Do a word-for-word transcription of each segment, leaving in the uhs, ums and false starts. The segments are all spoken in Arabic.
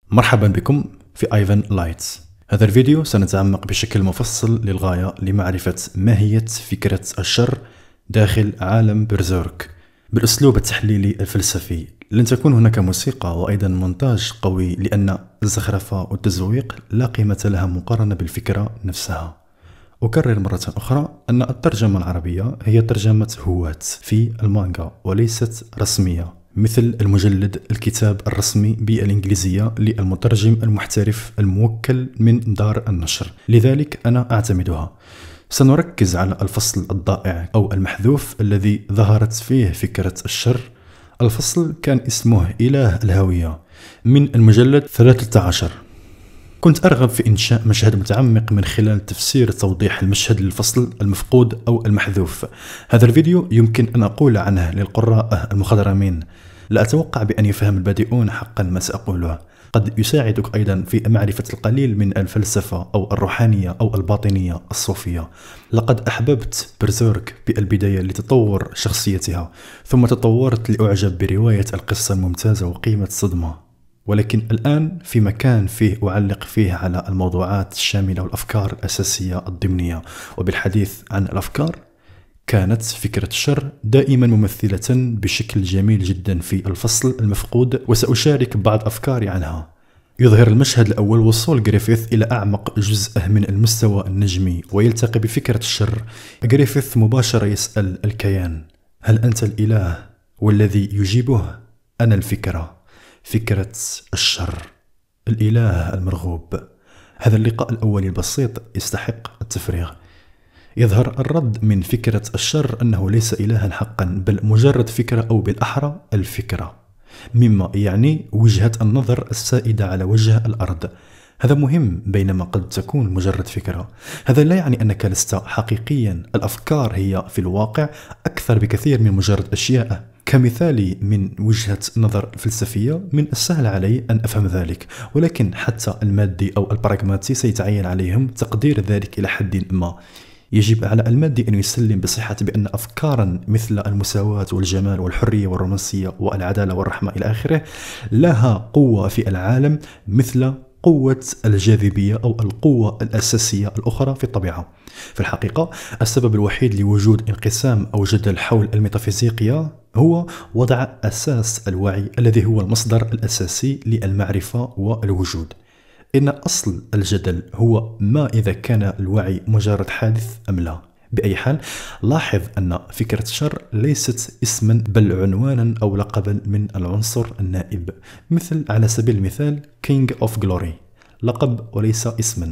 مرحبا بكم في ايفن لايتس. هذا الفيديو سنتعمق بشكل مفصل للغاية لمعرفة ماهية فكرة الشر داخل عالم برزيرك بالأسلوب التحليلي الفلسفي. لن تكون هناك موسيقى وأيضا مونتاج قوي، لأن الزخرفة والتزويق لا قيمة لها مقارنة بالفكرة نفسها. أكرر مرة أخرى أن الترجمة العربية هي ترجمة هواة في المانجا وليست رسمية مثل المجلد الكتاب الرسمي بالإنجليزية للمترجم المحترف الموكل من دار النشر، لذلك أنا أعتمدها. سنركز على الفصل الضائع أو المحذوف الذي ظهرت فيه فكرة الشر. الفصل كان اسمه إله الهوية من المجلد ثلاثة عشر. كنت أرغب في إنشاء مشهد متعمق من خلال تفسير توضيح المشهد للفصل المفقود أو المحذوف. هذا الفيديو يمكن أن أقول عنه للقراء المخضرمين. لا أتوقع بأن يفهم البادئون حقا ما سأقوله. قد يساعدك أيضا في معرفة القليل من الفلسفة أو الروحانية أو الباطنية الصوفية. لقد أحببت برزيرك بالبداية لتطور شخصيتها، ثم تطورت لأعجب برواية القصة الممتازة وقيمة الصدمة. ولكن الآن في مكان فيه أعلق فيه على الموضوعات الشاملة والأفكار الأساسية الضمنية. وبالحديث عن الأفكار، كانت فكرة الشر دائما ممثلة بشكل جميل جدا في الفصل المفقود، وسأشارك بعض أفكاري عنها. يظهر المشهد الأول وصول جريفيث إلى أعمق جزء من المستوى النجمي ويلتقي بفكرة الشر. جريفيث مباشرة يسأل الكيان: هل أنت الإله؟ والذي يجيبه: أنا الفكرة، فكرة الشر، الإله المرغوب. هذا اللقاء الأولي البسيط يستحق التفريغ. يظهر الرد من فكرة الشر أنه ليس إلها حقا، بل مجرد فكرة، أو بالأحرى الفكرة، مما يعني وجهة النظر السائدة على وجه الأرض. هذا مهم بينما قد تكون مجرد فكرة. هذا لا يعني أنك لست حقيقيا. الأفكار هي في الواقع أكثر بكثير من مجرد أشياء. كمثالي من وجهة نظر فلسفية، من السهل علي أن أفهم ذلك، ولكن حتى المادي أو البراغماتي سيتعين عليهم تقدير ذلك إلى حد ما. يجب على المادي أن يسلم بصحة بأن أفكارا مثل المساواة والجمال والحرية والرومانسية والعدالة والرحمة إلى آخره لها قوة في العالم مثل قوة الجاذبية أو القوة الأساسية الأخرى في الطبيعة. في الحقيقة، السبب الوحيد لوجود انقسام أو جدل حول الميتافيزيقيا هو وضع أساس الوعي الذي هو المصدر الأساسي للمعرفة والوجود. إن أصل الجدل هو ما إذا كان الوعي مجرد حادث أم لا. بأي حال، لاحظ أن فكرة الشر ليست اسما بل عنوانا أو لقبا من العنصر النائب، مثل على سبيل المثال King of Glory، لقب وليس اسما.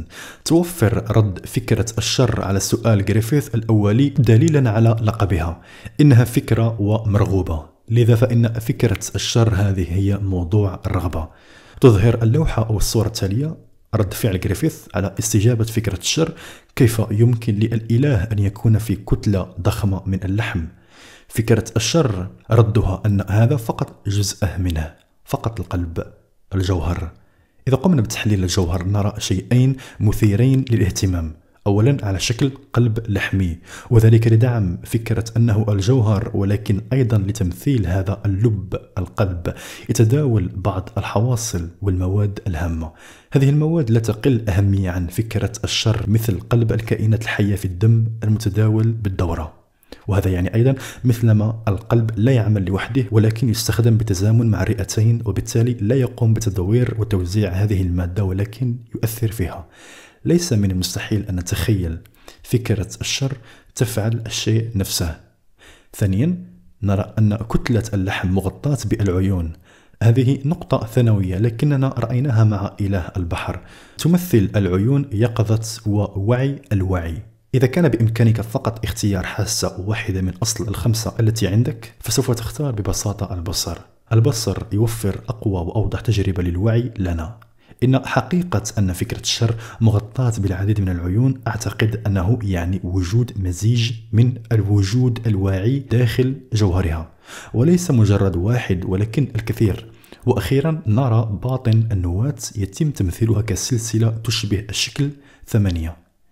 توفر رد فكرة الشر على سؤال جريفيث الأولي دليلا على لقبها: إنها فكرة ومرغوبة. لذا فإن فكرة الشر هذه هي موضوع الرغبة. تظهر اللوحة أو الصورة التالية رد فعل جريفيث على استجابة فكرة الشر: كيف يمكن للإله أن يكون في كتلة ضخمة من اللحم؟ فكرة الشر ردها أن هذا فقط جزء منه، فقط القلب، الجوهر. إذا قمنا بتحليل الجوهر نرى شيئين مثيرين للاهتمام. أولا، على شكل قلب لحمي، وذلك لدعم فكرة أنه الجوهر، ولكن أيضا لتمثيل هذا اللب، القلب، يتداول بعض الحواصل والمواد الهامة. هذه المواد لا تقل أهمية عن فكرة الشر، مثل قلب الكائنات الحية في الدم المتداول بالدورة. وهذا يعني أيضا مثلما القلب لا يعمل لوحده، ولكن يستخدم بتزامن مع الرئتين، وبالتالي لا يقوم بتدوير وتوزيع هذه المادة ولكن يؤثر فيها. ليس من المستحيل أن نتخيل فكرة الشر تفعل الشيء نفسه. ثانيا، نرى أن كتلة اللحم مغطاة بالعيون. هذه نقطة ثانوية، لكننا رأيناها مع إله البحر. تمثل العيون يقظة ووعي الوعي. إذا كان بإمكانك فقط اختيار حاسة واحدة من أصل الخمسة التي عندك، فسوف تختار ببساطة البصر. البصر يوفر أقوى وأوضح تجربة للوعي لنا. إن حقيقة أن فكرة الشر مغطاة بالعديد من العيون أعتقد أنه يعني وجود مزيج من الوجود الواعي داخل جوهرها، وليس مجرد واحد ولكن الكثير. وأخيرا، نرى باطن النواة يتم تمثيلها كسلسلة تشبه الشكل ثمانية.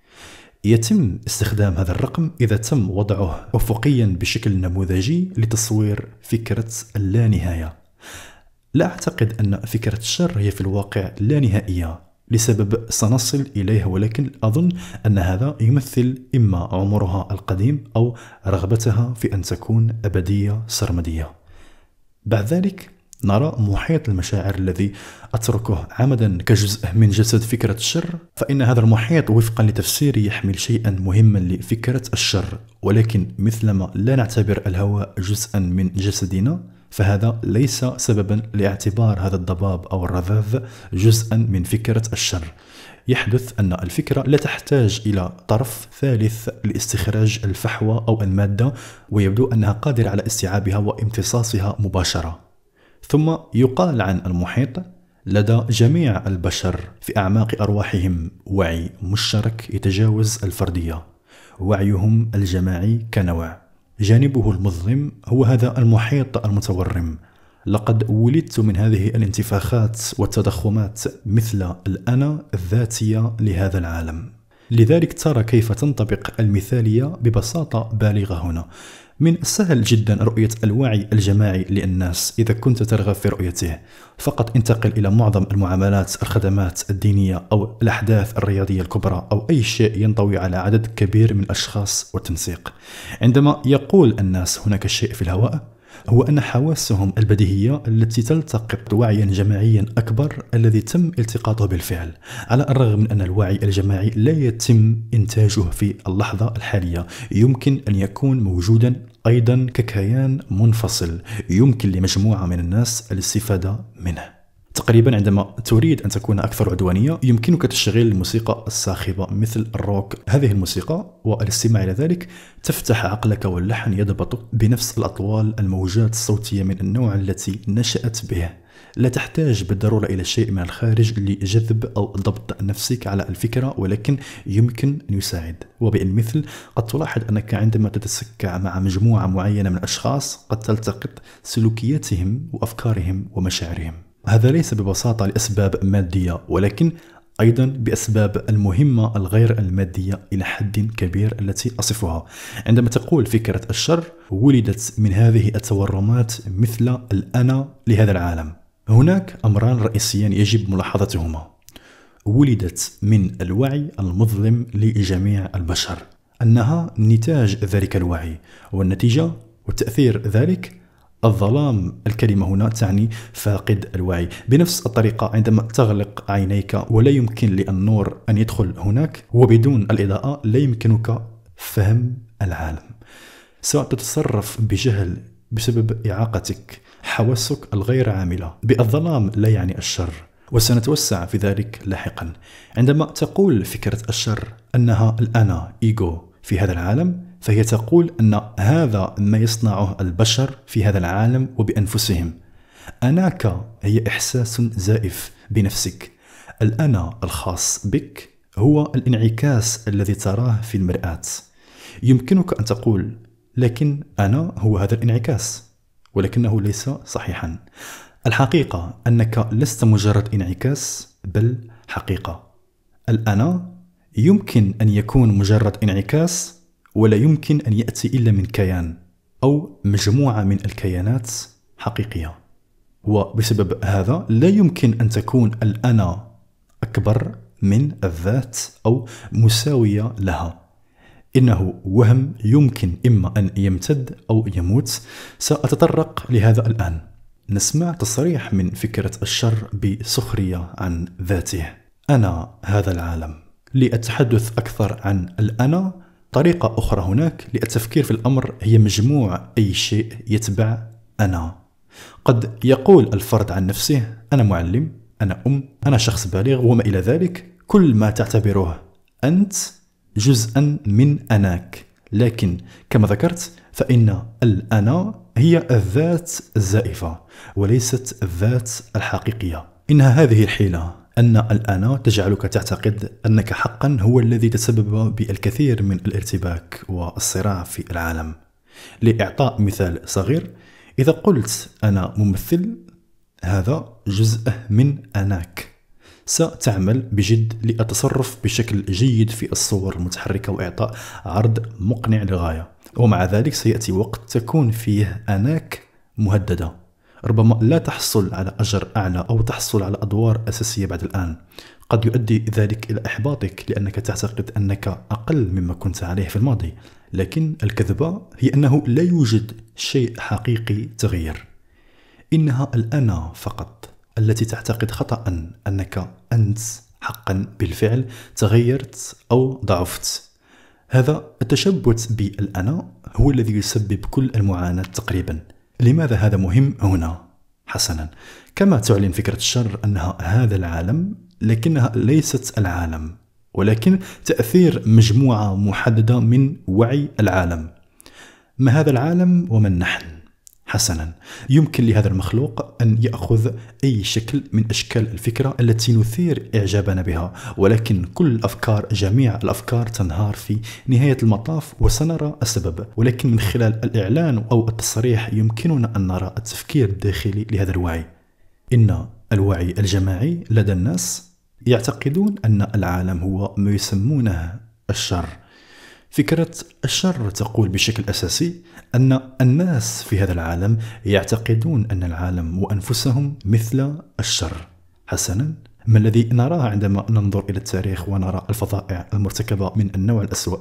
يتم استخدام هذا الرقم إذا تم وضعه أفقيا بشكل نموذجي لتصوير فكرة اللانهاية. لا أعتقد أن فكرة الشر هي في الواقع لا نهائية لسبب سنصل إليه، ولكن أظن أن هذا يمثل إما عمرها القديم أو رغبتها في أن تكون أبدية سرمدية. بعد ذلك نرى محيط المشاعر الذي أتركه عمدا كجزء من جسد فكرة الشر، فإن هذا المحيط وفقا لتفسيري يحمل شيئا مهما لفكرة الشر، ولكن مثلما لا نعتبر الهواء جزءا من جسدنا، فهذا ليس سببا لاعتبار هذا الضباب أو الرذاذ جزءا من فكرة الشر. يحدث أن الفكرة لا تحتاج إلى طرف ثالث لاستخراج الفحوى أو المادة، ويبدو أنها قادرة على استيعابها وامتصاصها مباشرة. ثم يقال عن المحيط لدى جميع البشر في أعماق أرواحهم وعي مشترك يتجاوز الفردية، وعيهم الجماعي كنوع. جانبه المظلم هو هذا المحيط المتورم. لقد ولدت من هذه الانتفاخات والتضخمات مثل الأنا الذاتية لهذا العالم. لذلك ترى كيف تنطبق المثالية ببساطة بالغة هنا. من السهل جدا رؤية الوعي الجماعي للناس إذا كنت ترغب في رؤيته. فقط انتقل إلى معظم المعاملات، الخدمات الدينية أو الأحداث الرياضية الكبرى أو أي شيء ينطوي على عدد كبير من الأشخاص والتنسيق. عندما يقول الناس هناك شيء في الهواء، هو أن حواسهم البديهية التي تلتقط وعيا جماعيا أكبر الذي تم التقاطه بالفعل، على الرغم من أن الوعي الجماعي لا يتم إنتاجه في اللحظة الحالية، يمكن أن يكون موجودا أيضا ككيان منفصل يمكن لمجموعة من الناس الاستفادة منه. تقريبا عندما تريد أن تكون أكثر عدوانية يمكنك تشغيل الموسيقى الصاخبة مثل الروك. هذه الموسيقى والاستماع إلى ذلك تفتح عقلك، واللحن يضبط بنفس الأطوال الموجات الصوتية من النوع التي نشأت به. لا تحتاج بالضرورة إلى شيء من الخارج لجذب أو ضبط نفسك على الفكرة، ولكن يمكن أن يساعد. وبالمثل قد تلاحظ أنك عندما تتسكع مع مجموعة معينة من الأشخاص قد تلتقط سلوكياتهم وأفكارهم ومشاعرهم. هذا ليس ببساطة لأسباب مادية، ولكن أيضا بأسباب المهمة الغير المادية إلى حد كبير التي أصفها. عندما تقول فكرة الشر ولدت من هذه التورمات مثل الأنا لهذا العالم. هناك أمران رئيسيان يجب ملاحظتهما. ولدت من الوعي المظلم لجميع البشر، أنها نتاج ذلك الوعي، والنتيجة والتأثير ذلك الظلام. الكلمة هنا تعني فاقد الوعي. بنفس الطريقة عندما تغلق عينيك ولا يمكن للنور أن يدخل هناك، وبدون الإضاءة لا يمكنك فهم العالم. سواء تتصرف بجهل بسبب إعاقتك، حواسك الغير عاملة. بالظلام لا يعني الشر، وسنتوسع في ذلك لاحقا. عندما تقول فكرة الشر أنها الأنا إيجو في هذا العالم، فهي تقول أن هذا ما يصنعه البشر في هذا العالم وبأنفسهم. أناك هي إحساس زائف بنفسك. الأنا الخاص بك هو الانعكاس الذي تراه في المرآة. يمكنك أن تقول لكن أنا هو هذا الانعكاس، ولكنه ليس صحيحا. الحقيقة أنك لست مجرد انعكاس، بل حقيقة. الأنا يمكن أن يكون مجرد انعكاس، ولا يمكن أن يأتي إلا من كيان أو مجموعة من الكيانات حقيقية. وبسبب هذا لا يمكن أن تكون الأنا أكبر من الذات أو مساوية لها. إنه وهم يمكن إما أن يمتد أو يموت. سأتطرق لهذا الآن. نسمع تصريح من فكرة الشر بسخرية عن ذاته. أنا هذا العالم. لأتحدث أكثر عن الأنا، طريقة أخرى هناك للتفكير في الأمر هي مجموع أي شيء يتبع أنا. قد يقول الفرد عن نفسه أنا معلم، أنا أم، أنا شخص بالغ وما إلى ذلك. كل ما تعتبره أنت جزءا من أناك، لكن كما ذكرت فإن الأنا هي الذات الزائفة وليست الذات الحقيقية. إنها هذه الحيلة أن الأنا تجعلك تعتقد أنك حقا هو الذي تسبب بالكثير من الارتباك والصراع في العالم. لإعطاء مثال صغير، إذا قلت أنا ممثل، هذا جزء من أناك. ستعمل بجد للتصرف بشكل جيد في الصور المتحركة وإعطاء عرض مقنع للغاية، ومع ذلك سيأتي وقت تكون فيه أناك مهددة. ربما لا تحصل على أجر أعلى أو تحصل على أدوار أساسية بعد الآن. قد يؤدي ذلك إلى إحباطك لأنك تعتقد أنك أقل مما كنت عليه في الماضي، لكن الكذبة هي أنه لا يوجد شيء حقيقي تغير، إنها الأنا فقط التي تعتقد خطأ أنك أنت حقا بالفعل تغيرت أو ضعفت. هذا التشبث بالأنا هو الذي يسبب كل المعاناة تقريبا. لماذا هذا مهم هنا؟ حسنا، كما تعلن فكرة الشر أنها هذا العالم، لكنها ليست العالم، ولكن تأثير مجموعة محددة من وعي العالم. ما هذا العالم ومن نحن؟ حسنا، يمكن لهذا المخلوق أن يأخذ أي شكل من أشكال الفكرة التي نثير إعجابنا بها، ولكن كل الأفكار، جميع الأفكار تنهار في نهاية المطاف وسنرى السبب. ولكن من خلال الإعلان أو التصريح يمكننا أن نرى التفكير الداخلي لهذا الوعي. إن الوعي الجماعي لدى الناس يعتقدون أن العالم هو ما يسمونه الشر. فكرة الشر تقول بشكل أساسي أن الناس في هذا العالم يعتقدون أن العالم وأنفسهم مثل الشر. حسنا، ما الذي نراه عندما ننظر إلى التاريخ ونرى الفظائع المرتكبة من النوع الأسوأ؟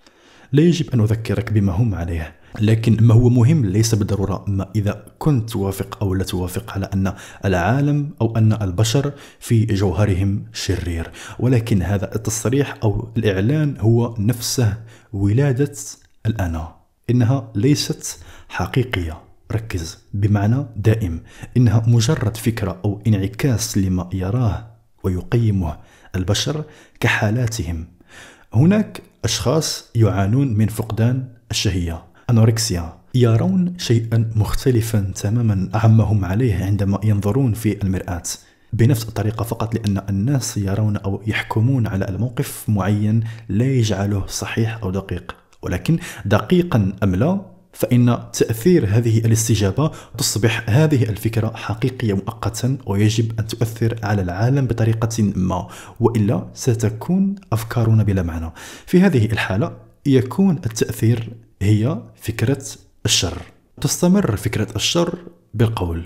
لا يجب أن أذكرك بما هم عليه، لكن ما هو مهم ليس بالضرورة ما إذا كنت توافق أو لا توافق على أن العالم أو أن البشر في جوهرهم شرير، ولكن هذا التصريح أو الإعلان هو نفسه ولادة الأنا. إنها ليست حقيقية، ركز، بمعنى دائم، إنها مجرد فكرة أو انعكاس لما يراه ويقيمه البشر كحالاتهم. هناك أشخاص يعانون من فقدان الشهية، أنوركسيا، يرون شيئا مختلفا تماما عما هم عليه عندما ينظرون في المرآة بنفس الطريقة، فقط لأن الناس يرون أو يحكمون على الموقف معين لا يجعله صحيح أو دقيق، ولكن دقيقا أم لا فإن تأثير هذه الاستجابة تصبح هذه الفكرة حقيقية مؤقتا ويجب أن تؤثر على العالم بطريقة ما، وإلا ستكون أفكارنا بلا معنى. في هذه الحالة يكون التأثير هي فكرة الشر. تستمر فكرة الشر بالقول: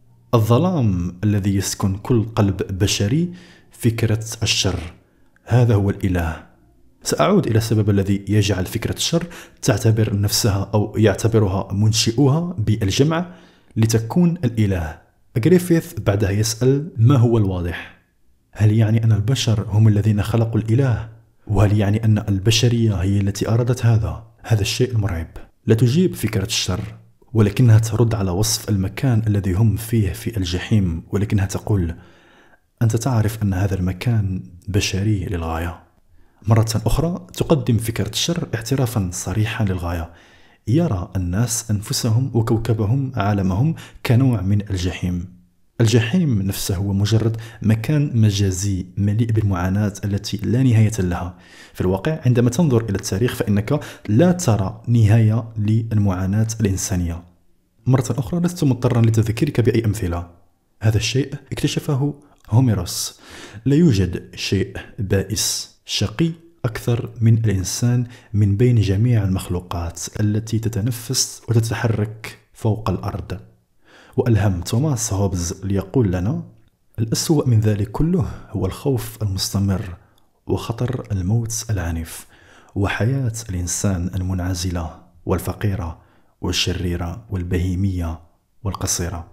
الظلام الذي يسكن كل قلب بشري فكرة الشر، هذا هو الإله. سأعود إلى السبب الذي يجعل فكرة الشر تعتبر نفسها أو يعتبرها منشئوها بالجمع لتكون الإله. غريفيث بعدها يسأل: ما هو الواضح؟ هل يعني أن البشر هم الذين خلقوا الإله؟ وهل يعني أن البشرية هي التي أرادت هذا؟ هذا الشيء المرعب. لا تجيب فكرة الشر، ولكنها ترد على وصف المكان الذي هم فيه في الجحيم، ولكنها تقول: أنت تعرف أن هذا المكان بشري للغاية. مرة أخرى تقدم فكرة الشر اعترافا صريحا للغاية. يرى الناس أنفسهم وكوكبهم، عالمهم، كنوع من الجحيم. الجحيم نفسه هو مجرد مكان مجازي مليء بالمعاناة التي لا نهاية لها. في الواقع عندما تنظر إلى التاريخ فإنك لا ترى نهاية للمعاناة الإنسانية. مرة أخرى لست مضطرا لتذكيرك بأي أمثلة. هذا الشيء اكتشفه هوميروس. لا يوجد شيء بائس شقي أكثر من الإنسان من بين جميع المخلوقات التي تتنفس وتتحرك فوق الأرض. وألهم توماس هوبز ليقول لنا: الأسوأ من ذلك كله هو الخوف المستمر وخطر الموت العنيف وحياة الإنسان المنعزلة والفقيرة والشريرة والبهيمية والقصيرة.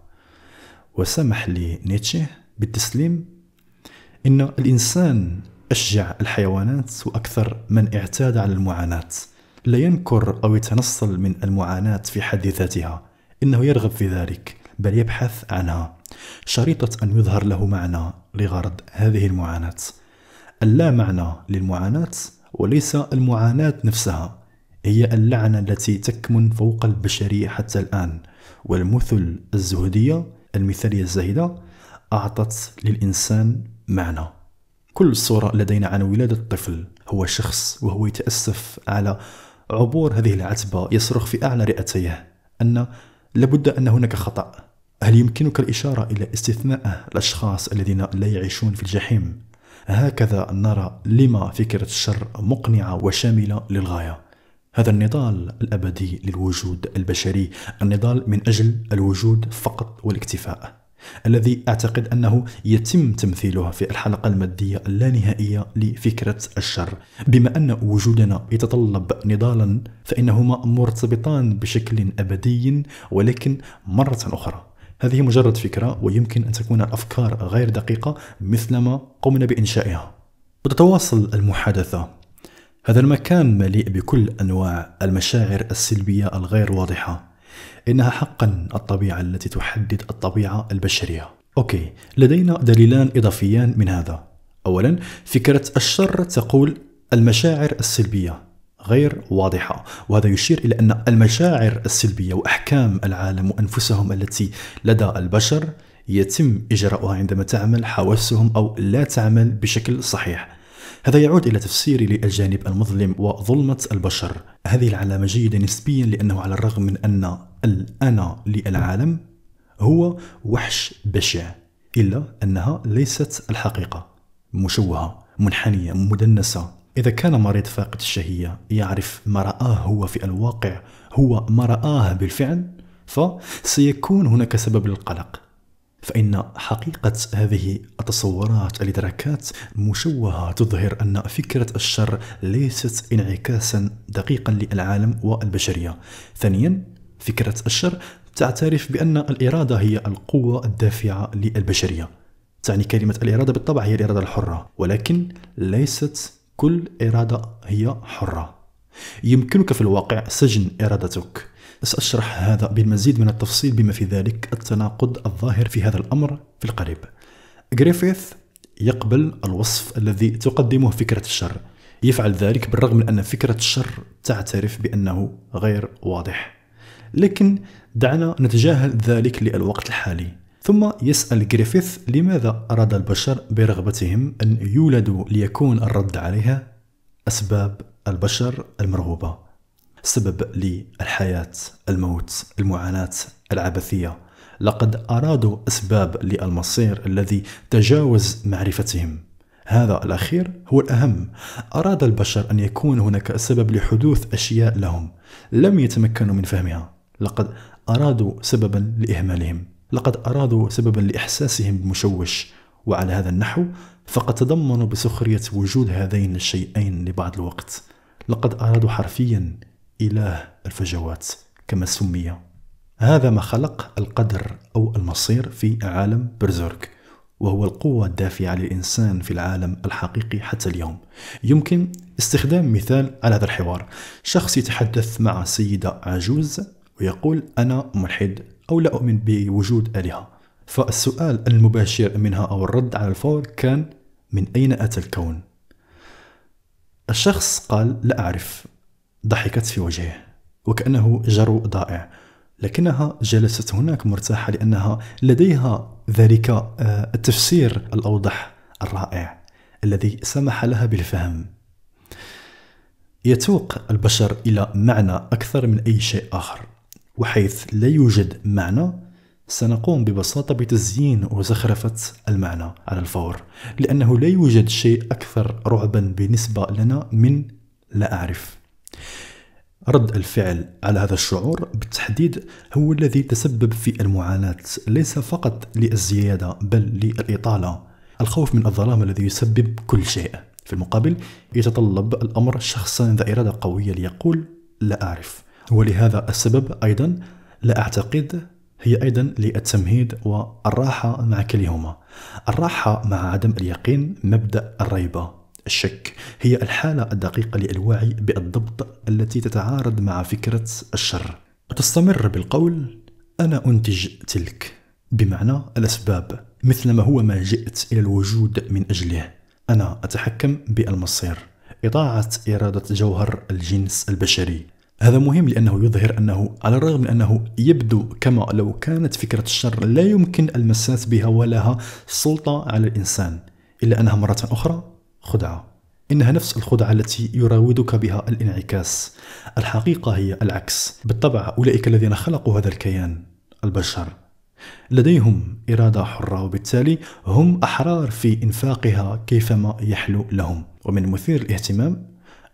وسمح لي نيتشه بالتسليم: إن الإنسان أشجع الحيوانات وأكثر من اعتاد على المعاناة. لا ينكر أو يتنصل من المعاناة في حد ذاتها، إنه يرغب في ذلك، بل يبحث عنها، شريطة أن يظهر له معنى لغرض هذه المعاناة. اللا معنى للمعاناة وليس المعاناة نفسها هي اللعنة التي تكمن فوق البشرية حتى الآن. والمثل الزهدية، المثالية الزاهدة، أعطت للإنسان معنى. كل صورة لدينا عن ولادة الطفل هو شخص وهو يتأسف على عبور هذه العتبة، يصرخ في أعلى رئتيه أن لابد أن هناك خطأ. هل يمكنك الإشارة إلى استثناء الأشخاص الذين لا يعيشون في الجحيم؟ هكذا نرى لما فكرة الشر مقنعة وشاملة للغاية. هذا النضال الأبدي للوجود البشري، النضال من أجل الوجود فقط والاكتفاء، الذي أعتقد أنه يتم تمثيله في الحلقة المادية اللانهائية لفكرة الشر. بما أن وجودنا يتطلب نضالا فإنهما مرتبطان بشكل أبدي، ولكن مرة أخرى هذه مجرد فكرة، ويمكن أن تكون الأفكار غير دقيقة مثلما قمنا بإنشائها. وتتواصل المحادثة. هذا المكان مليء بكل أنواع المشاعر السلبية الغير واضحة، إنها حقا الطبيعة التي تحدد الطبيعة البشرية. أوكي، لدينا دليلان إضافيان من هذا. أولا، فكرة الشر تقول المشاعر السلبية غير واضحة، وهذا يشير إلى أن المشاعر السلبية وأحكام العالم وأنفسهم التي لدى البشر يتم إجراؤها عندما تعمل حواسهم أو لا تعمل بشكل صحيح. هذا يعود إلى تفسيري للجانب المظلم وظلمة البشر. هذه العلامة جيدة نسبيا، لأنه على الرغم من أن الأنا للعالم هو وحش بشع، إلا أنها ليست الحقيقة، مشوهة، منحنية، مدنسة. إذا كان مريض فاقد الشهية يعرف ما رآه هو في الواقع هو ما رآه بالفعل، فسيكون هناك سبب للقلق. فإن حقيقة هذه التصورات الإدراكات مشوهة تظهر أن فكرة الشر ليست انعكاسا دقيقا للعالم والبشرية. ثانيا، فكرة الشر تعترف بأن الإرادة هي القوة الدافعة للبشرية. تعني كلمة الإرادة بالطبع هي الإرادة الحرة، ولكن ليست كل إرادة هي حرة. يمكنك في الواقع سجن إرادتك. سأشرح هذا بالمزيد من التفصيل، بما في ذلك التناقض الظاهر في هذا الأمر في القريب. غريفيث يقبل الوصف الذي تقدمه فكرة الشر، يفعل ذلك بالرغم من أن فكرة الشر تعترف بأنه غير واضح، لكن دعنا نتجاهل ذلك للوقت الحالي. ثم يسأل غريفيث لماذا أراد البشر برغبتهم أن يولدوا ليكون الرد عليها أسباب البشر المرغوبة. سبب للحياة، الموت، المعاناة، العبثية. لقد أرادوا أسباب للمصير الذي تجاوز معرفتهم. هذا الأخير هو الأهم. أراد البشر أن يكون هناك سبب لحدوث أشياء لهم لم يتمكنوا من فهمها. لقد أرادوا سببا لإهمالهم، لقد أرادوا سببا لإحساسهم بمشوش، وعلى هذا النحو فقد تضمنوا بسخرية وجود هذين الشيئين لبعض الوقت. لقد أرادوا حرفيا إله الفجوات كما سمي. هذا ما خلق القدر أو المصير في عالم برزيرك، وهو القوة الدافعة للإنسان في العالم الحقيقي حتى اليوم. يمكن استخدام مثال على هذا الحوار. شخص يتحدث مع سيدة عجوز ويقول أنا ملحد أو لا أؤمن بوجود آلهة، فالسؤال المباشر منها أو الرد على الفور كان من أين أتى الكون؟ الشخص قال لا أعرف. ضحكت في وجهه وكأنه جرو ضائع، لكنها جلست هناك مرتاحة لأنها لديها ذلك التفسير الأوضح الرائع الذي سمح لها بالفهم. يتوق البشر إلى معنى أكثر من أي شيء آخر، وحيث لا يوجد معنى سنقوم ببساطة بتزيين وزخرفة المعنى على الفور، لأنه لا يوجد شيء أكثر رعبا بالنسبة لنا من لا أعرف. رد الفعل على هذا الشعور بالتحديد هو الذي تسبب في المعاناة، ليس فقط للزيادة بل للإطالة. الخوف من الظلام الذي يسبب كل شيء. في المقابل يتطلب الأمر شخصا ذا إرادة قوية ليقول لا أعرف. ولهذا السبب أيضا لا أعتقد هي أيضا للتمهيد والراحة مع كليهما. الراحة مع عدم اليقين، مبدأ الريبة، الشك، هي الحالة الدقيقة للوعي بالضبط التي تتعارض مع فكرة الشر. وتستمر بالقول أنا أنتج تلك، بمعنى الأسباب، مثلما هو ما جئت إلى الوجود من أجله. أنا أتحكم بالمصير، إضاعة إرادة جوهر الجنس البشري. هذا مهم لأنه يظهر أنه على الرغم من أنه يبدو كما لو كانت فكرة الشر لا يمكن المساس بها ولها سلطة على الإنسان، إلا أنها مرة أخرى خدعة. إنها نفس الخدعة التي يراودك بها الانعكاس. الحقيقة هي العكس. بالطبع أولئك الذين خلقوا هذا الكيان، البشر، لديهم إرادة حرة، وبالتالي هم أحرار في إنفاقها كيفما يحلو لهم. ومن مثير الاهتمام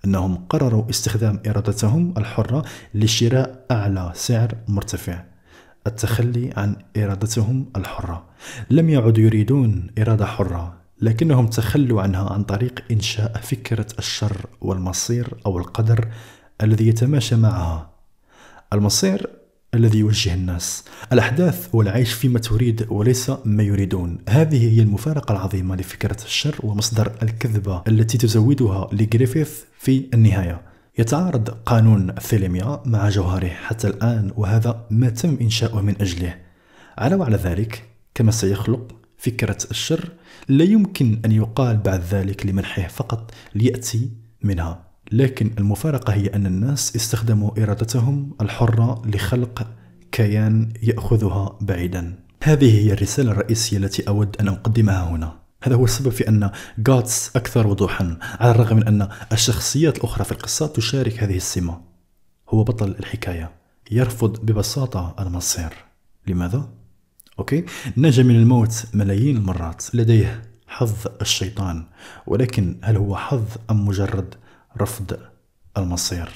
أنهم قرروا استخدام إرادتهم الحرة لشراء أعلى سعر مرتفع، التخلي عن إرادتهم الحرة. لم يعدوا يريدون إرادة حرة، لكنهم تخلوا عنها عن طريق إنشاء فكرة الشر والمصير أو القدر الذي يتماشى معها. المصير الذي يوجه الناس، الأحداث والعيش فيما تريد وليس ما يريدون. هذه هي المفارقة العظيمة لفكرة الشر ومصدر الكذبة التي تزودها لغريفيث في النهاية. يتعارض قانون الثيليميا مع جوهره حتى الآن، وهذا ما تم إنشاؤه من أجله. علاوة على ذلك، كما سيخلق فكرة الشر، لا يمكن أن يقال بعد ذلك لمنحه فقط ليأتي منها، لكن المفارقة هي أن الناس استخدموا إرادتهم الحرة لخلق كيان يأخذها بعيدا. هذه هي الرسالة الرئيسية التي أود أن أقدمها هنا. هذا هو السبب في أن غاتس أكثر وضوحا، على الرغم من أن الشخصيات الأخرى في القصة تشارك هذه السمة. هو بطل الحكاية، يرفض ببساطة المصير. لماذا؟ أوكي، نجا من الموت ملايين المرات، لديه حظ الشيطان، ولكن هل هو حظ أم مجرد رفض المصير؟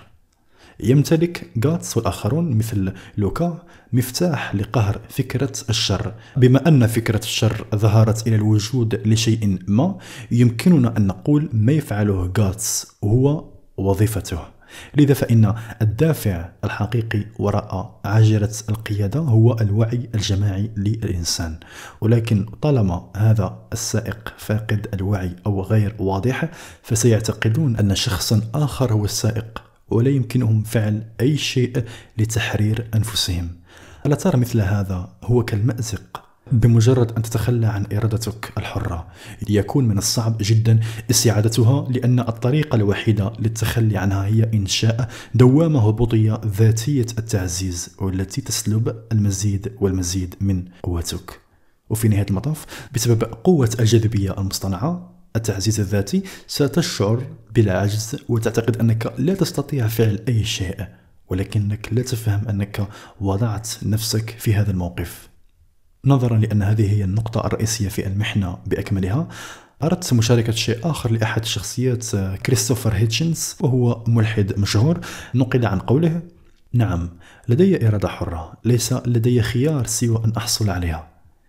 يمتلك غاتس والآخرون مثل لوكا مفتاح لقهر فكرة الشر. بما أن فكرة الشر ظهرت إلى الوجود لشيء ما، يمكننا أن نقول ما يفعله غاتس هو وظيفته. لذا فإن الدافع الحقيقي وراء عجلة القيادة هو الوعي الجماعي للإنسان، ولكن طالما هذا السائق فاقد الوعي أو غير واضح، فسيعتقدون أن شخصا آخر هو السائق، ولا يمكنهم فعل أي شيء لتحرير أنفسهم. ألا ترى مثل هذا هو كالمأزق؟ بمجرد أن تتخلى عن إرادتك الحرة، يكون من الصعب جدا استعادتها، لأن الطريقة الوحيدة للتخلي عنها هي إنشاء دوامة هبوطية ذاتية التعزيز، والتي تسلب المزيد والمزيد من قوتك. وفي نهاية المطاف، بسبب قوة الجاذبية المصطنعة، التعزيز الذاتي، ستشعر بالعجز وتعتقد أنك لا تستطيع فعل أي شيء، ولكنك لا تفهم أنك وضعت نفسك في هذا الموقف. نظرا لأن هذه هي النقطة الرئيسية في المحنة بأكملها، أردت مشاركة شيء آخر لأحد الشخصيات، كريستوفر هيتشنز، وهو ملحد مشهور. نقل عن قوله: نعم، لدي إرادة حرة، ليس لدي خيار سوى أن أحصل عليها.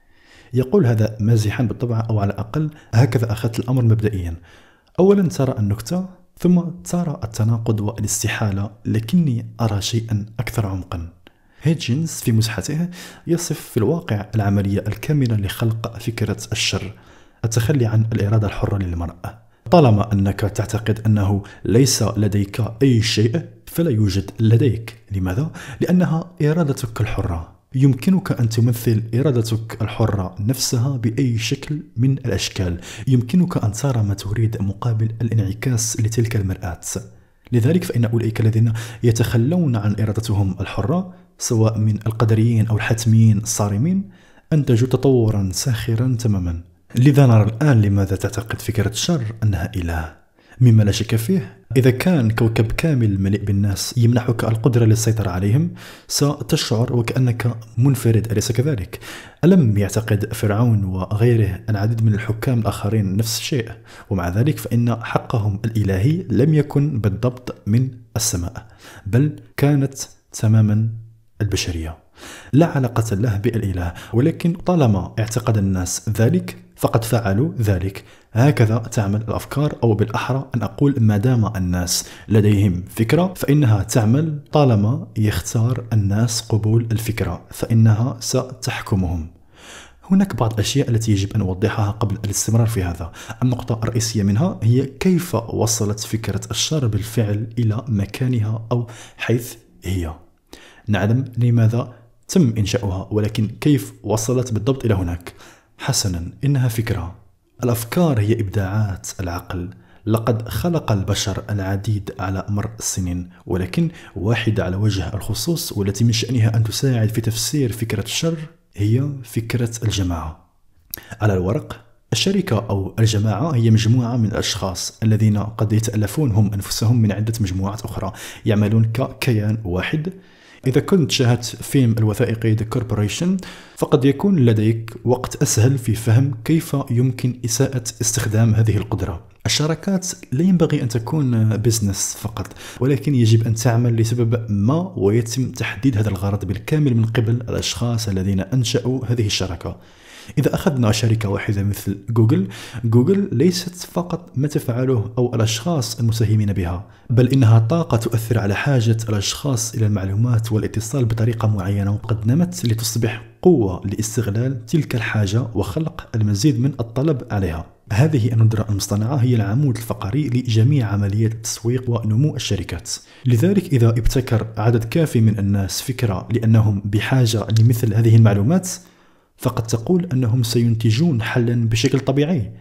يقول هذا مازحا بالطبع، أو على الأقل هكذا أخذت الأمر مبدئيا. أولا ترى النكتة، ثم ترى التناقض والاستحالة، لكني أرى شيئا أكثر عمقا. هيتشنز في مزحته يصف في الواقع العملية الكاملة لخلق فكرة الشر، التخلي عن الإرادة الحرة للمرأة. طالما أنك تعتقد أنه ليس لديك أي شيء، فلا يوجد لديك. لماذا؟ لأنها إرادتك الحرة. يمكنك أن تمثل إرادتك الحرة نفسها بأي شكل من الأشكال. يمكنك أن ترى ما تريد مقابل الانعكاس لتلك المرآة. لذلك فإن أولئك الذين يتخلون عن إرادتهم الحرة، سواء من القدريين أو الحتميين الصارمين، أنتجوا تطورا ساخرا تماما. لذا نرى الآن لماذا تعتقد فكرة الشر أنها إله، مما لا شك فيه. إذا كان كوكب كامل مليء بالناس يمنحك القدرة للسيطرة عليهم، ستشعر وكأنك منفرد، أليس كذلك؟ ألم يعتقد فرعون وغيره العديد من الحكام الآخرين نفس الشيء؟ ومع ذلك فإن حقهم الإلهي لم يكن بالضبط من السماء، بل كانت تماما البشرية، لا علاقة له بالإله. ولكن طالما اعتقد الناس ذلك، فقد فعلوا ذلك. هكذا تعمل الأفكار، أو بالأحرى أن أقول ما دام الناس لديهم فكرة فإنها تعمل. طالما يختار الناس قبول الفكرة فإنها ستحكمهم. هناك بعض الأشياء التي يجب أن نوضحها قبل الاستمرار في هذا. النقطة الرئيسية منها هي كيف وصلت فكرة الشر بالفعل إلى مكانها أو حيث هي. نعلم لماذا تم إنشاؤها، ولكن كيف وصلت بالضبط إلى هناك؟ حسنا، إنها فكرة. الأفكار هي إبداعات العقل. لقد خلق البشر العديد على مر السنين، ولكن واحدة على وجه الخصوص والتي من شأنها أن تساعد في تفسير فكرة الشر هي فكرة الجماعة. على الورق، الشركة أو الجماعة هي مجموعة من الأشخاص الذين قد يتألفون هم أنفسهم من عدة مجموعات أخرى، يعملون ككيان واحد. إذا كنت شاهدت فيلم الوثائقي The Corporation، فقد يكون لديك وقت أسهل في فهم كيف يمكن إساءة استخدام هذه القدرة. الشراكات لا ينبغي أن تكون بزنس فقط، ولكن يجب أن تعمل لسبب ما، ويتم تحديد هذا الغرض بالكامل من قبل الأشخاص الذين أنشأوا هذه الشراكة. إذا أخذنا شركة واحدة مثل جوجل، جوجل ليست فقط ما تفعله أو الأشخاص المساهمين بها، بل إنها طاقة تؤثر على حاجة الأشخاص إلى المعلومات والاتصال بطريقة معينة، وقد نمت لتصبح قوة لاستغلال تلك الحاجة وخلق المزيد من الطلب عليها. هذه الندرة المصطنعة هي العمود الفقري لجميع عمليات التسويق ونمو الشركات. لذلك إذا ابتكر عدد كافي من الناس فكرة لأنهم بحاجة لمثل هذه المعلومات، فقد تقول أنهم سينتجون حلا بشكل طبيعي.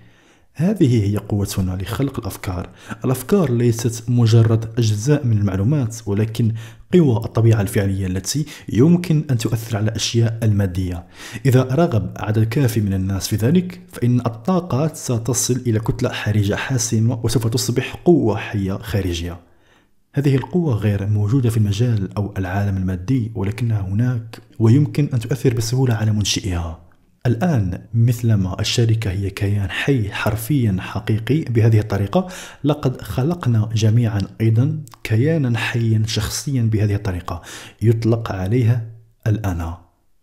هذه هي قوتنا لخلق الأفكار. الأفكار ليست مجرد أجزاء من المعلومات، ولكن قوى الطبيعة الفعلية التي يمكن أن تؤثر على الأشياء المادية. إذا رغب عدد كافي من الناس في ذلك، فإن الطاقات ستصل إلى كتلة حرجة حاسمة وسوف تصبح قوة حية خارجية. هذه القوة غير موجودة في المجال أو العالم المادي، ولكنها هناك ويمكن أن تؤثر بسهولة على منشئها. الآن مثلما الشركة هي كيان حي حرفيا حقيقي بهذه الطريقة، لقد خلقنا جميعا أيضا كيانا حيا شخصيا بهذه الطريقة يطلق عليها الأنا.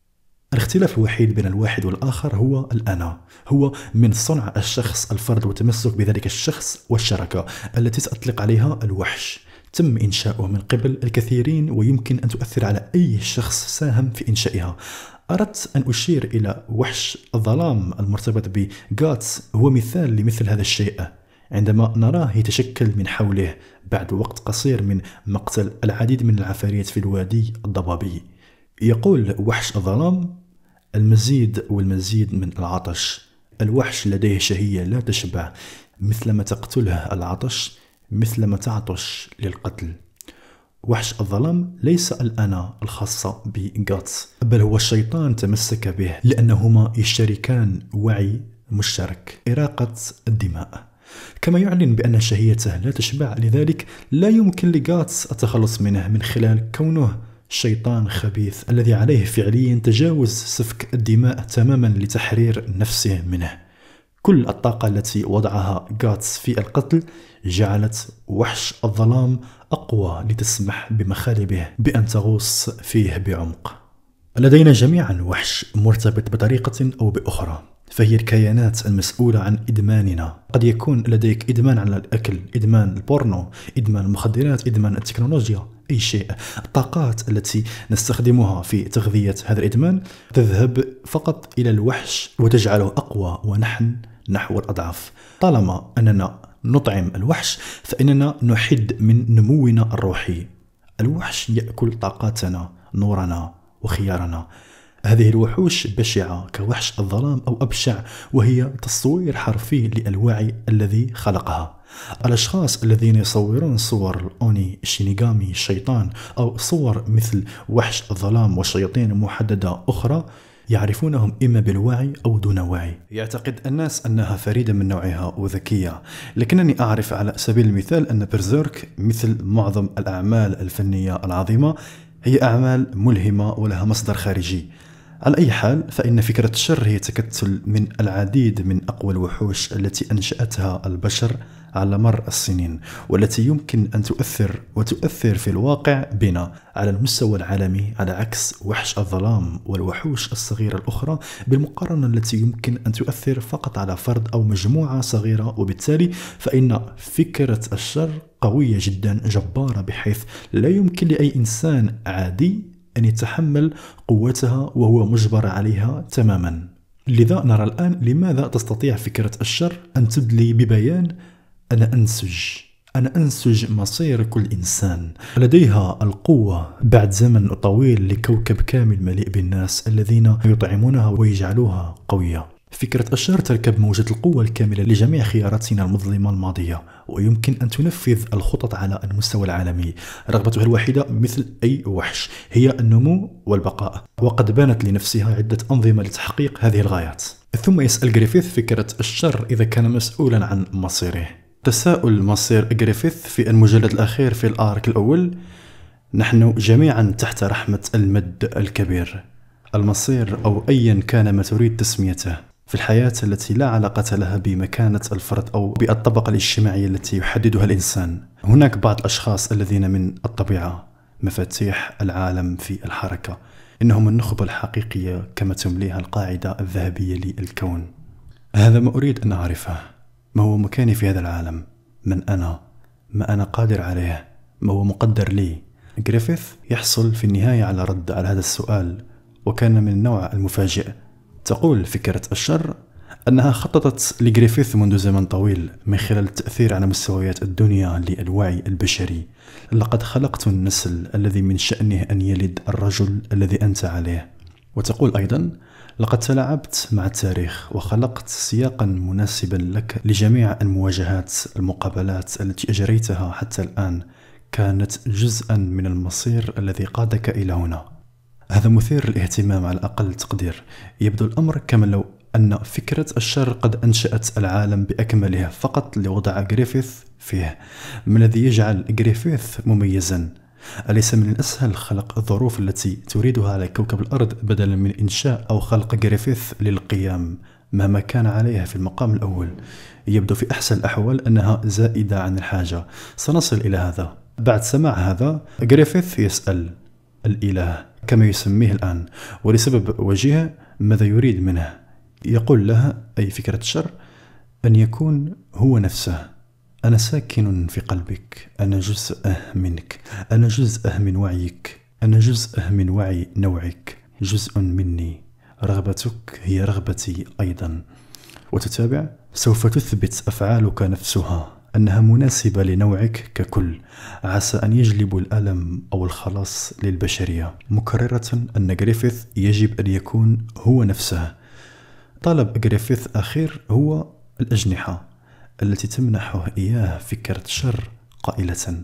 الاختلاف الوحيد بين الواحد والآخر هو الأنا، هو من صنع الشخص الفرد وتمسك بذلك الشخص، والشركة التي سأطلق عليها الوحش تم إنشاؤه من قبل الكثيرين ويمكن أن تؤثر على أي شخص ساهم في إنشائها. أردت أن أشير إلى وحش الظلام المرتبط بغاتس، هو مثال لمثل هذا الشيء. عندما نراه يتشكل من حوله بعد وقت قصير من مقتل العديد من العفاريت في الوادي الضبابي. يقول وحش الظلام: المزيد والمزيد من العطش. الوحش لديه شهية لا تشبع، مثلما تقتله العطش مثلما تعطش للقتل. وحش الظلام ليس الأنا الخاصة بغاتس، بل هو الشيطان تمسك به، لأنهما يشتركان وعي مشترك، إراقة الدماء. كما يعلن بأن شهيته لا تشبع، لذلك لا يمكن لغاتس التخلص منه من خلال كونه شيطان خبيث الذي عليه فعليا تجاوز سفك الدماء تماما لتحرير نفسه منه. كل الطاقة التي وضعها غاتس في القتل جعلت وحش الظلام أقوى لتسمح بمخالبه بأن تغوص فيه بعمق. لدينا جميعا وحش مرتبط بطريقة أو بأخرى، فهي الكيانات المسؤولة عن إدماننا. قد يكون لديك إدمان على الأكل، إدمان البورنو، إدمان المخدرات، إدمان التكنولوجيا، أي شيء. الطاقات التي نستخدمها في تغذية هذا الإدمان تذهب فقط إلى الوحش وتجعله أقوى، ونحن نحو الأضعاف. طالما أننا نطعم الوحش فإننا نحد من نمونا الروحي. الوحش يأكل طاقاتنا، نورنا وخيارنا. هذه الوحوش بشعة كوحش الظلام أو أبشع، وهي تصوير حرفي للوعي الذي خلقها. الأشخاص الذين يصورون صور الأوني الشينيغامي الشيطان أو صور مثل وحش الظلام وشياطين محددة أخرى يعرفونهم إما بالوعي أو دون وعي. يعتقد الناس أنها فريدة من نوعها وذكية، لكنني أعرف على سبيل المثال أن برزيرك مثل معظم الأعمال الفنية العظيمة هي أعمال ملهمة ولها مصدر خارجي. على أي حال، فإن فكرة الشر هي تكتل من العديد من أقوى الوحوش التي أنشأتها البشر على مر السنين، والتي يمكن أن تؤثر وتؤثر في الواقع بنا على المستوى العالمي، على عكس وحش الظلام والوحوش الصغيرة الأخرى بالمقارنة التي يمكن أن تؤثر فقط على فرد أو مجموعة صغيرة. وبالتالي فإن فكرة الشر قوية جدا، جبارة، بحيث لا يمكن لأي إنسان عادي أن يتحمل قوتها وهو مجبر عليها تماما. لذا نرى الآن لماذا تستطيع فكرة الشر أن تدلي ببيان: أنا أنسج أنا أنسج مصير كل إنسان. لديها القوة بعد زمن طويل لكوكب كامل مليء بالناس الذين يطعمونها ويجعلوها قوية. فكرة الشر تركب موجة القوة الكاملة لجميع خياراتنا المظلمة الماضية، ويمكن أن تنفذ الخطط على المستوى العالمي. رغبتها الوحيدة مثل أي وحش هي النمو والبقاء، وقد بانت لنفسها عدة أنظمة لتحقيق هذه الغايات. ثم يسأل غريفيث فكرة الشر إذا كان مسؤولا عن مصيره. تساؤل مصير غريفيث في المجلد الأخير في الآرك الأول: نحن جميعا تحت رحمة المد الكبير. المصير أو أيا كان ما تريد تسميته في الحياة التي لا علاقة لها بمكانة الفرد أو بالطبقة الاجتماعية التي يحددها الإنسان. هناك بعض الأشخاص الذين من الطبيعة مفاتيح العالم في الحركة، إنهم النخبة الحقيقية كما تمليها القاعدة الذهبية للكون. هذا ما أريد أن أعرفه، ما هو مكاني في هذا العالم؟ من أنا؟ ما أنا قادر عليه؟ ما هو مقدر لي؟ غريفيث يحصل في النهاية على رد على هذا السؤال، وكان من النوع المفاجئ. تقول فكرة الشر أنها خططت لغريفيث منذ زمن طويل من خلال التأثير على مستويات الدنيا للوعي البشري. لقد خلقت النسل الذي من شأنه أن يلد الرجل الذي أنت عليه. وتقول أيضا لقد تلاعبت مع التاريخ وخلقت سياقا مناسبا لك لجميع المواجهات المقابلات التي أجريتها حتى الآن كانت جزءا من المصير الذي قادك إلى هنا. هذا مثير للاهتمام على أقل تقدير. يبدو الأمر كما لو أن فكرة الشر قد أنشأت العالم بأكمله فقط لوضع غريفيث فيه. ما الذي يجعل غريفيث مميزا؟ أليس من الأسهل خلق الظروف التي تريدها على كوكب الأرض بدلا من إنشاء أو خلق غريفيث للقيام مهما كان عليها في المقام الأول؟ يبدو في أحسن الأحوال أنها زائدة عن الحاجة. سنصل إلى هذا. بعد سماع هذا غريفيث يسأل الإله كما يسميه الآن، ولسبب وجيه ماذا يريد منه. يقول لها أي فكرة الشر أن يكون هو نفسه. أنا ساكن في قلبك، أنا جزء منك، أنا جزء من وعيك، أنا جزء من وعي نوعك، جزء مني. رغبتك هي رغبتي أيضا. وتتابع: سوف تثبت أفعالك نفسها أنها مناسبة لنوعك ككل، عسى أن يجلبوا الألم أو الخلاص للبشرية، مكررة أن غريفيث يجب أن يكون هو نفسه. طلب غريفيث أخير هو الأجنحة التي تمنحه إياه فكرة الشر قائلة: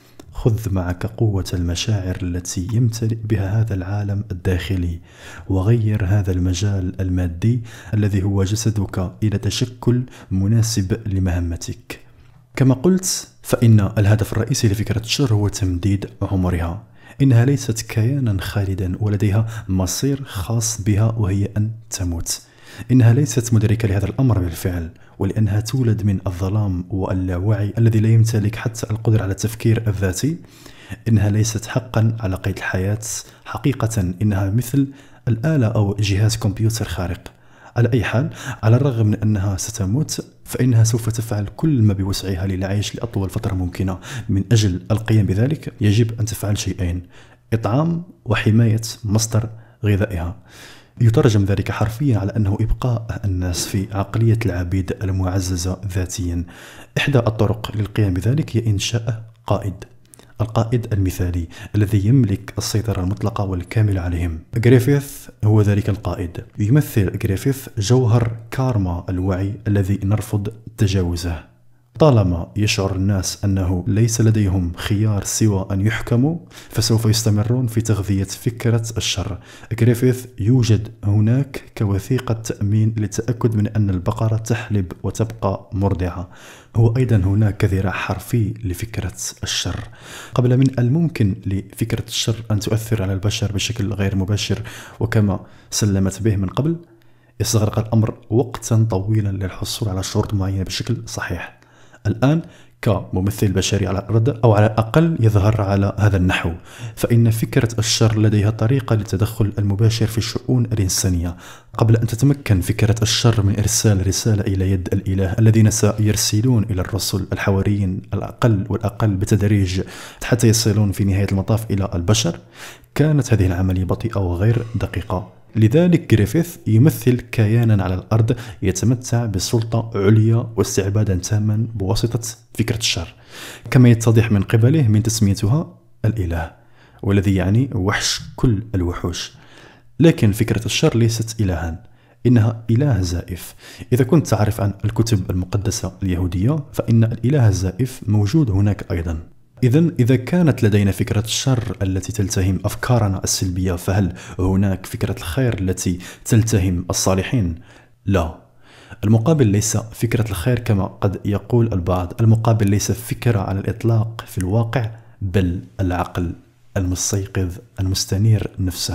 خذ معك قوة المشاعر التي يمتلئ بها هذا العالم الداخلي، وغير هذا المجال المادي الذي هو جسدك إلى تشكل مناسب لمهمتك. كما قلت، فإن الهدف الرئيسي لفكرة الشر هو تمديد عمرها. إنها ليست كيانا خالدا ولديها مصير خاص بها وهي أن تموت. إنها ليست مدركة لهذا الأمر بالفعل، ولأنها تولد من الظلام واللاوعي الذي لا يمتلك حتى القدرة على التفكير الذاتي. إنها ليست حقا على قيد الحياة حقيقة، إنها مثل الآلة أو جهاز كمبيوتر خارق. على أي حال، على الرغم من أنها ستموت فإنها سوف تفعل كل ما بوسعها للعيش لأطول فترة ممكنة. من أجل القيام بذلك يجب أن تفعل شيئين: إطعام وحماية مصدر غذائها. يترجم ذلك حرفيا على أنه إبقاء الناس في عقلية العبيد المعززة ذاتيا. إحدى الطرق للقيام بذلك هي إنشاء قائد، القائد المثالي الذي يملك السيطرة المطلقة والكاملة عليهم. غريفيث هو ذلك القائد. يمثل غريفيث جوهر كارما الوعي الذي نرفض تجاوزه. طالما يشعر الناس أنه ليس لديهم خيار سوى أن يحكموا، فسوف يستمرون في تغذية فكرة الشر. غريفيث يوجد هناك كوثيقة تأمين للتأكد من أن البقرة تحلب وتبقى مرضعة. هو أيضا هناك ذراع حرفي لفكرة الشر. قبل من الممكن لفكرة الشر أن تؤثر على البشر بشكل غير مباشر وكما سلمت به من قبل، يستغرق الأمر وقتا طويلا للحصول على شروط معينة بشكل صحيح. الآن كممثل بشري على الأرض، أو على الأقل يظهر على هذا النحو، فإن فكرة الشر لديها طريقة للتدخل المباشر في الشؤون الإنسانية. قبل أن تتمكن فكرة الشر من إرسال رسالة إلى يد الإله الذين سيرسلون إلى الرسل الحواريين الأقل والأقل بتدريج حتى يصلون في نهاية المطاف إلى البشر، كانت هذه العملية بطيئة وغير دقيقة. لذلك غريفيث يمثل كيانا على الأرض يتمتع بسلطة عليا واستعبادا تاما بواسطة فكرة الشر، كما يتضح من قبله من تسميتها الإله، والذي يعني وحش كل الوحوش. لكن فكرة الشر ليست إلها، إنها إله زائف. إذا كنت تعرف عن الكتب المقدسة اليهودية فإن الإله الزائف موجود هناك أيضا. إذن إذا كانت لدينا فكرة الشر التي تلتهم أفكارنا السلبية، فهل هناك فكرة الخير التي تلتهم الصالحين؟ لا. المقابل ليس فكرة الخير كما قد يقول البعض. المقابل ليس فكرة على الإطلاق في الواقع، بل العقل المستيقظ المستنير نفسه.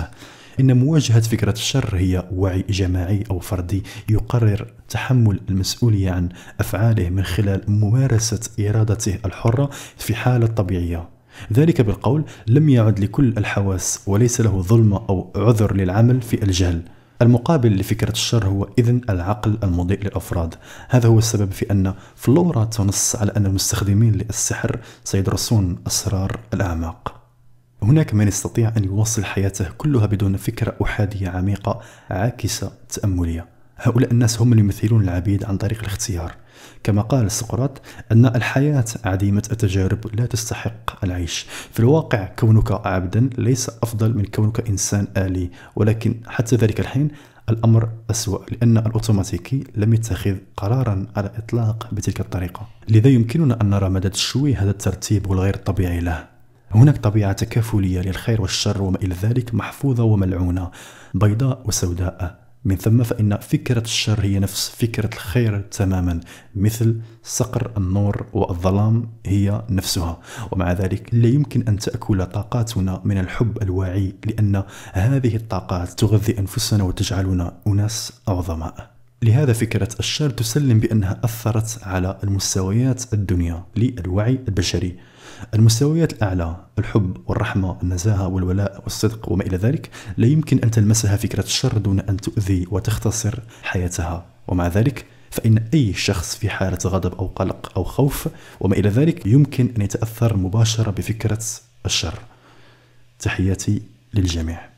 إن مواجهة فكرة الشر هي وعي جماعي أو فردي يقرر تحمل المسؤولية عن أفعاله من خلال ممارسة إرادته الحرة في حالة طبيعية. ذلك بالقول لم يعد لكل الحواس وليس له ظلم أو عذر للعمل في الجهل. المقابل لفكرة الشر هو إذن العقل المضيء للأفراد. هذا هو السبب في أن فلورا تنص على أن المستخدمين للسحر سيدرسون أسرار الأعماق. هناك من يستطيع أن يواصل حياته كلها بدون فكرة أحادية عميقة عاكسة تأملية. هؤلاء الناس هم اللي يمثلون العبيد عن طريق الاختيار. كما قال سقراط أن الحياة عديمة التجارب لا تستحق العيش. في الواقع كونك عبدا ليس أفضل من كونك إنسان آلي، ولكن حتى ذلك الحين الأمر أسوأ، لأن الأوتوماتيكي لم يتخذ قرارا على الإطلاق بتلك الطريقة. لذا يمكننا أن نرى مدى الشوي هذا الترتيب والغير طبيعي له. هناك طبيعة تكافلية للخير والشر وما إلى ذلك، محفوظة وملعونة، بيضاء وسوداء. من ثم فإن فكرة الشر هي نفس فكرة الخير تماما، مثل صقر النور والظلام هي نفسها. ومع ذلك لا يمكن أن تأكل طاقاتنا من الحب الواعي، لأن هذه الطاقات تغذي أنفسنا وتجعلنا أناس عظماء. لهذا فكرة الشر تسلم بأنها أثرت على المستويات الدنيا للوعي البشري. المستويات الأعلى، الحب والرحمة، النزاهة والولاء والصدق وما إلى ذلك، لا يمكن أن تلمسها فكرة الشر دون أن تؤذي وتختصر حياتها. ومع ذلك فإن أي شخص في حالة غضب أو قلق أو خوف وما إلى ذلك يمكن أن يتأثر مباشرة بفكرة الشر. تحياتي للجميع.